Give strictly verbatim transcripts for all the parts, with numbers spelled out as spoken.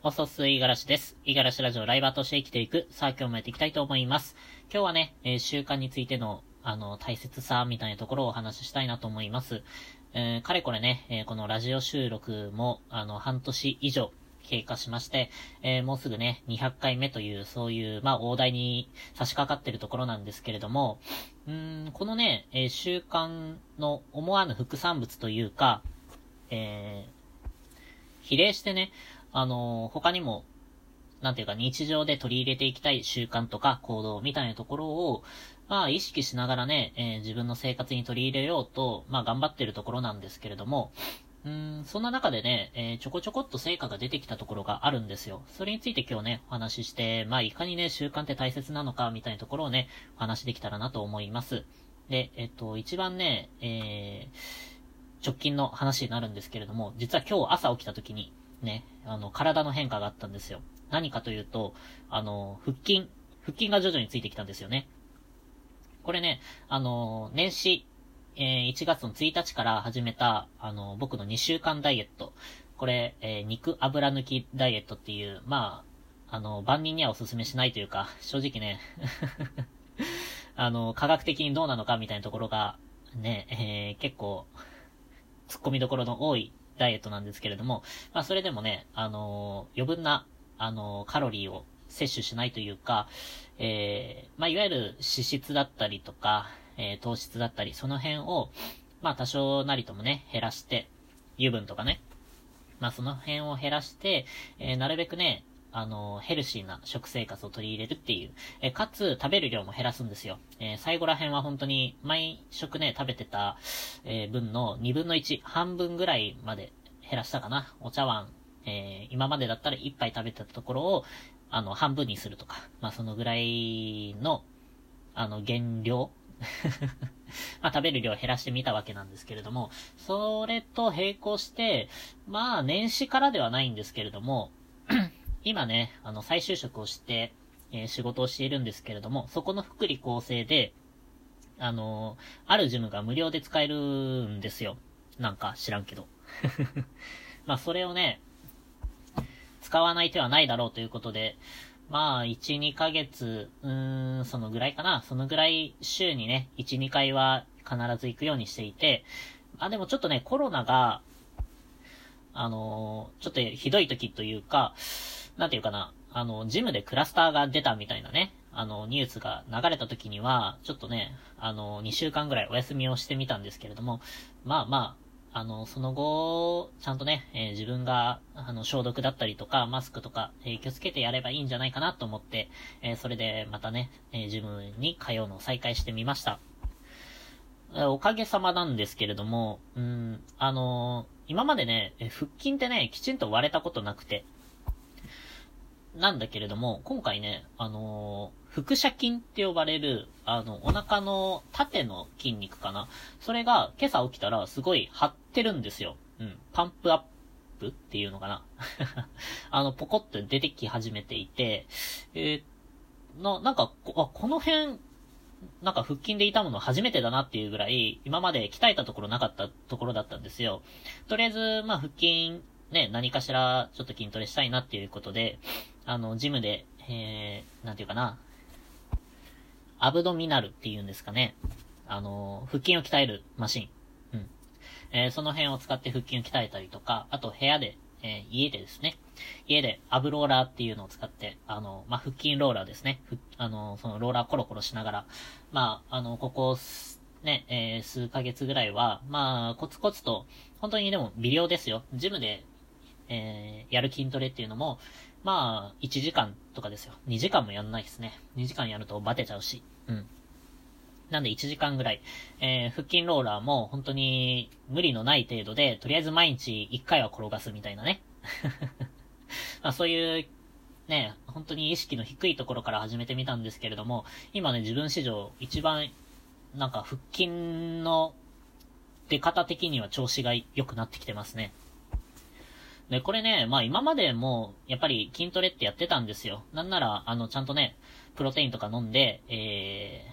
おそすいがらしです。いがらしラジオライバーとして生きていく。さあ今日もやっていきたいと思います。今日はね、えー、習慣についての、あの、大切さみたいなところをお話ししたいなと思います。えー、かれこれね、えー、このラジオ収録も、あの、半年以上経過しまして、えー、もうすぐね、にひゃっかいめという、そういう、まあ、大台に差し掛かってるところなんですけれども、うーん、このね、えー、習慣の思わぬ副産物というか、えー、比例してね、あのー、他にも、なんていうか日常で取り入れていきたい習慣とか行動みたいなところを、まあ意識しながらね、えー、自分の生活に取り入れようと、まあ頑張ってるところなんですけれども、うーん、そんな中でね、えー、ちょこちょこっと成果が出てきたところがあるんですよ。それについて今日ね、お話しして、まあいかにね、習慣って大切なのかみたいなところをね、お話できたらなと思います。で、えっと、一番ね、えー、直近の話になるんですけれども、実は今日朝起きた時に、ね、あの、体の変化があったんですよ。何かというと、あの、腹筋、腹筋が徐々についてきたんですよね。これね、あの、年始、えー、いちがつのついたちから始めた、あの、僕のにしゅうかんダイエット。これ、えー、肉油抜きダイエットっていう、まあ、あの、万人にはお勧めしないというか、正直ね、あの、科学的にどうなのかみたいなところが、ね、えー、結構、突っ込みどころの多いダイエットなんですけれども、まあそれでもね、あのー、余分な、あのー、カロリーを摂取しないというか、えー、まあいわゆる脂質だったりとか、えー、糖質だったり、その辺を、まあ多少なりともね、減らして、油分とかね、まあその辺を減らして、えー、なるべくね、あの、ヘルシーな食生活を取り入れるっていう。えかつ、食べる量も減らすんですよ。えー、最後ら辺は本当に、毎食ね、食べてた、えー、分のにぶんのいち、半分ぐらいまで減らしたかな。お茶碗、えー、今までだったらいっぱい食べてたところを、あの、半分にするとか。まあ、そのぐらいの、あの、減量まあ、食べる量を減らしてみたわけなんですけれども、それと並行して、まあ、年始からではないんですけれども、今ね、あの、再就職をして、えー、仕事をしているんですけれども、そこの福利厚生で、あのー、あるジムが無料で使えるんですよ。なんか知らんけど。まあ、それをね、使わない手はないだろうということで、まあ、いち、にかげつ、うーん、そのぐらいかな。そのぐらい週にね、いち、にかいは必ず行くようにしていて、あ、でもちょっとね、コロナが、あのー、ちょっとひどい時というか、なんていうかな、あの、ジムでクラスターが出たみたいなね、あの、ニュースが流れた時には、ちょっとね、あの、にしゅうかんぐらいお休みをしてみたんですけれども、まあまあ、あの、その後、ちゃんとね、えー、自分が、あの、消毒だったりとか、マスクとか、えー、気をつけてやればいいんじゃないかなと思って、えー、それでまたね、えー、ジムに通うのを再開してみました。おかげさまなんですけれども、うん、あの今までね、腹筋ってね、きちんと割れたことなくて、なんだけれども、今回ね、あのー、腹斜筋って呼ばれる、あの、お腹の縦の筋肉かな。それが今朝起きたらすごい張ってるんですよ。うん。パンプアップっていうのかな。あの、ポコッと出てき始めていて、えー、な、なんか、あ、この辺、なんか腹筋で痛むの初めてだなっていうぐらい、今まで鍛えたところなかったところだったんですよ。とりあえず、まあ腹筋、ね、何かしらちょっと筋トレしたいなっていうことで、あの、ジムで、えー、なんていうかな、アブドミナルっていうんですかね。あの、腹筋を鍛えるマシン。うん。えー、その辺を使って腹筋を鍛えたりとか、あと部屋で、えー、家でですね。家でアブローラーっていうのを使って、あの、まあ、腹筋ローラーですね。あの、そのローラーコロコロしながら、まあ、あの、ここ、ね、えー、数ヶ月ぐらいは、まあ、コツコツと、本当にでも微量ですよ。ジムで、えー、やる筋トレっていうのも、まあ、いちじかんとかですよ。にじかんもやんないですね。にじかんやるとバテちゃうし。うん。なんでいちじかんぐらい。えー、腹筋ローラーも本当に無理のない程度で、とりあえず毎日いっかいは転がすみたいなね。まあそういう、ね、本当に意識の低いところから始めてみたんですけれども、今ね、自分史上一番、なんか腹筋の出方的には調子が良くなってきてますね。で、これね、まあ今までも、やっぱり筋トレってやってたんですよ。なんなら、あの、ちゃんとね、プロテインとか飲んで、えー、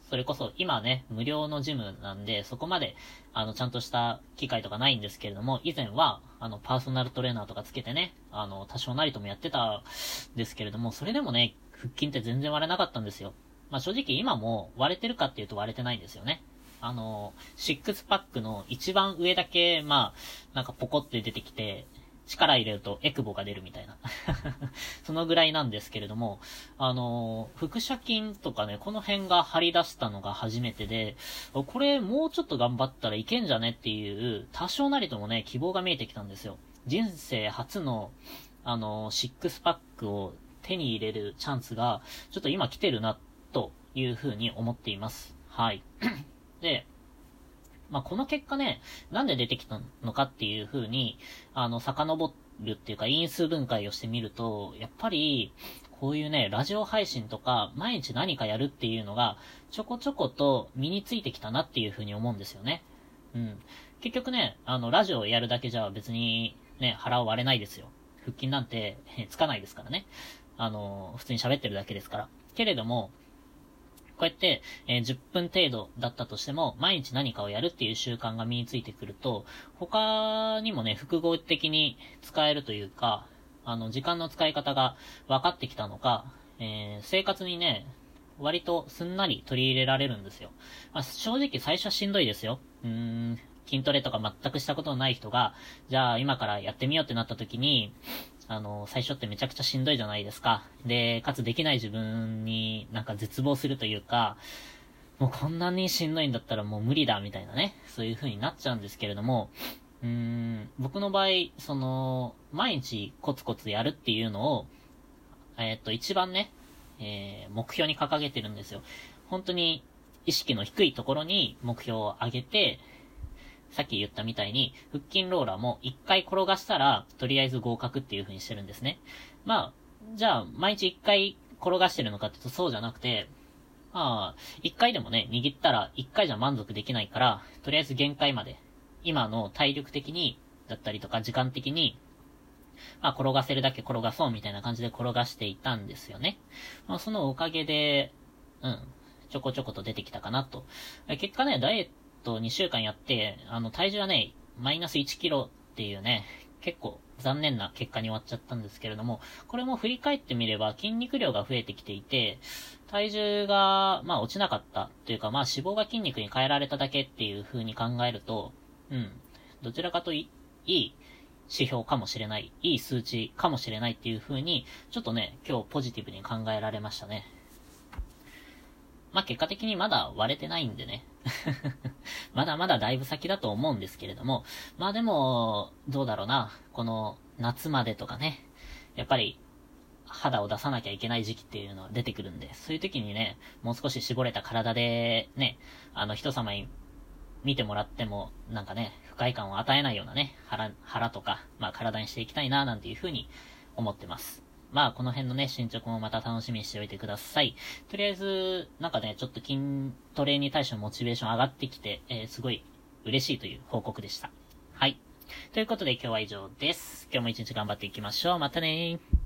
それこそ今ね、無料のジムなんで、そこまで、あの、ちゃんとした機会とかないんですけれども、以前は、あの、パーソナルトレーナーとかつけてね、あの、多少なりともやってたんですけれども、それでもね、腹筋って全然割れなかったんですよ。まあ、正直今も割れてるかっていうと割れてないんですよね。あの、シックスパックの一番上だけ、まあ、なんかポコって出てきて、力入れるとエクボが出るみたいな。そのぐらいなんですけれども、あの、腹斜筋とかね、この辺が張り出したのが初めてで、これもうちょっと頑張ったらいけんじゃねっていう、多少なりともね、希望が見えてきたんですよ。人生初の、あの、シックスパックを手に入れるチャンスが、ちょっと今来てるな、というふうに思っています。はい。で、まあ、この結果ね、なんで出てきたのかっていう風に、あの、遡るっていうか因数分解をしてみると、やっぱり、こういうね、ラジオ配信とか、毎日何かやるっていうのが、ちょこちょこと身についてきたなっていう風に思うんですよね。うん。結局ね、あの、ラジオをやるだけじゃ別に、ね、腹を割れないですよ。腹筋なんて、つかないですからね。あの、普通に喋ってるだけですから。けれども、こうやって、えー、じゅっぷん程度だったとしても、毎日何かをやるっていう習慣が身についてくると、他にもね、複合的に使えるというか、あの、時間の使い方が分かってきたのか、えー、生活にね、割とすんなり取り入れられるんですよ。まあ、正直最初はしんどいですよ。うーん、筋トレとか全くしたことのない人が、じゃあ今からやってみようってなった時に、あの、最初ってめちゃくちゃしんどいじゃないですか。で、かつできない自分になんか絶望するというか、もうこんなにしんどいんだったらもう無理だみたいなね、そういう風になっちゃうんですけれども、うーん、僕の場合、その、毎日コツコツやるっていうのを、えー、っと、一番ね、えー、目標に掲げてるんですよ。本当に意識の低いところに目標を上げて、さっき言ったみたいに、腹筋ローラーも一回転がしたら、とりあえず合格っていう風にしてるんですね。まあ、じゃあ、毎日一回転がしてるのかっていうとそうじゃなくて、まあ、一回でもね、握ったら一回じゃ満足できないから、とりあえず限界まで、今の体力的に、だったりとか時間的に、まあ、転がせるだけ転がそうみたいな感じで転がしていたんですよね。まあ、そのおかげで、うん、ちょこちょこと出てきたかなと。結果ね、ダイエットにしゅうかんやって、あの、体重はね、マイナスいちキロっていうね、結構残念な結果に終わっちゃったんですけれども、これも振り返ってみれば筋肉量が増えてきていて、体重が、まあ落ちなかったというか、まあ脂肪が筋肉に変えられただけっていう風に考えると、うん、どちらかといい、いい指標かもしれない、いい数値かもしれないっていう風に、ちょっとね、今日ポジティブに考えられましたね。まあ、結果的にまだ割れてないんでね。まだまだだいぶ先だと思うんですけれども。まあでも、どうだろうな。この夏までとかね。やっぱり、肌を出さなきゃいけない時期っていうのは出てくるんで、そういう時にね、もう少し絞れた体で、ね、あの人様に見てもらっても、なんかね、不快感を与えないようなね、腹、腹とか、まあ体にしていきたいな、なんていう風に思ってます。まあ、この辺のね、進捗もまた楽しみにしておいてください。とりあえず、なんかね、ちょっと筋トレに対してのモチベーション上がってきて、えー、すごい嬉しいという報告でした。はい。ということで今日は以上です。今日も一日頑張っていきましょう。またねー。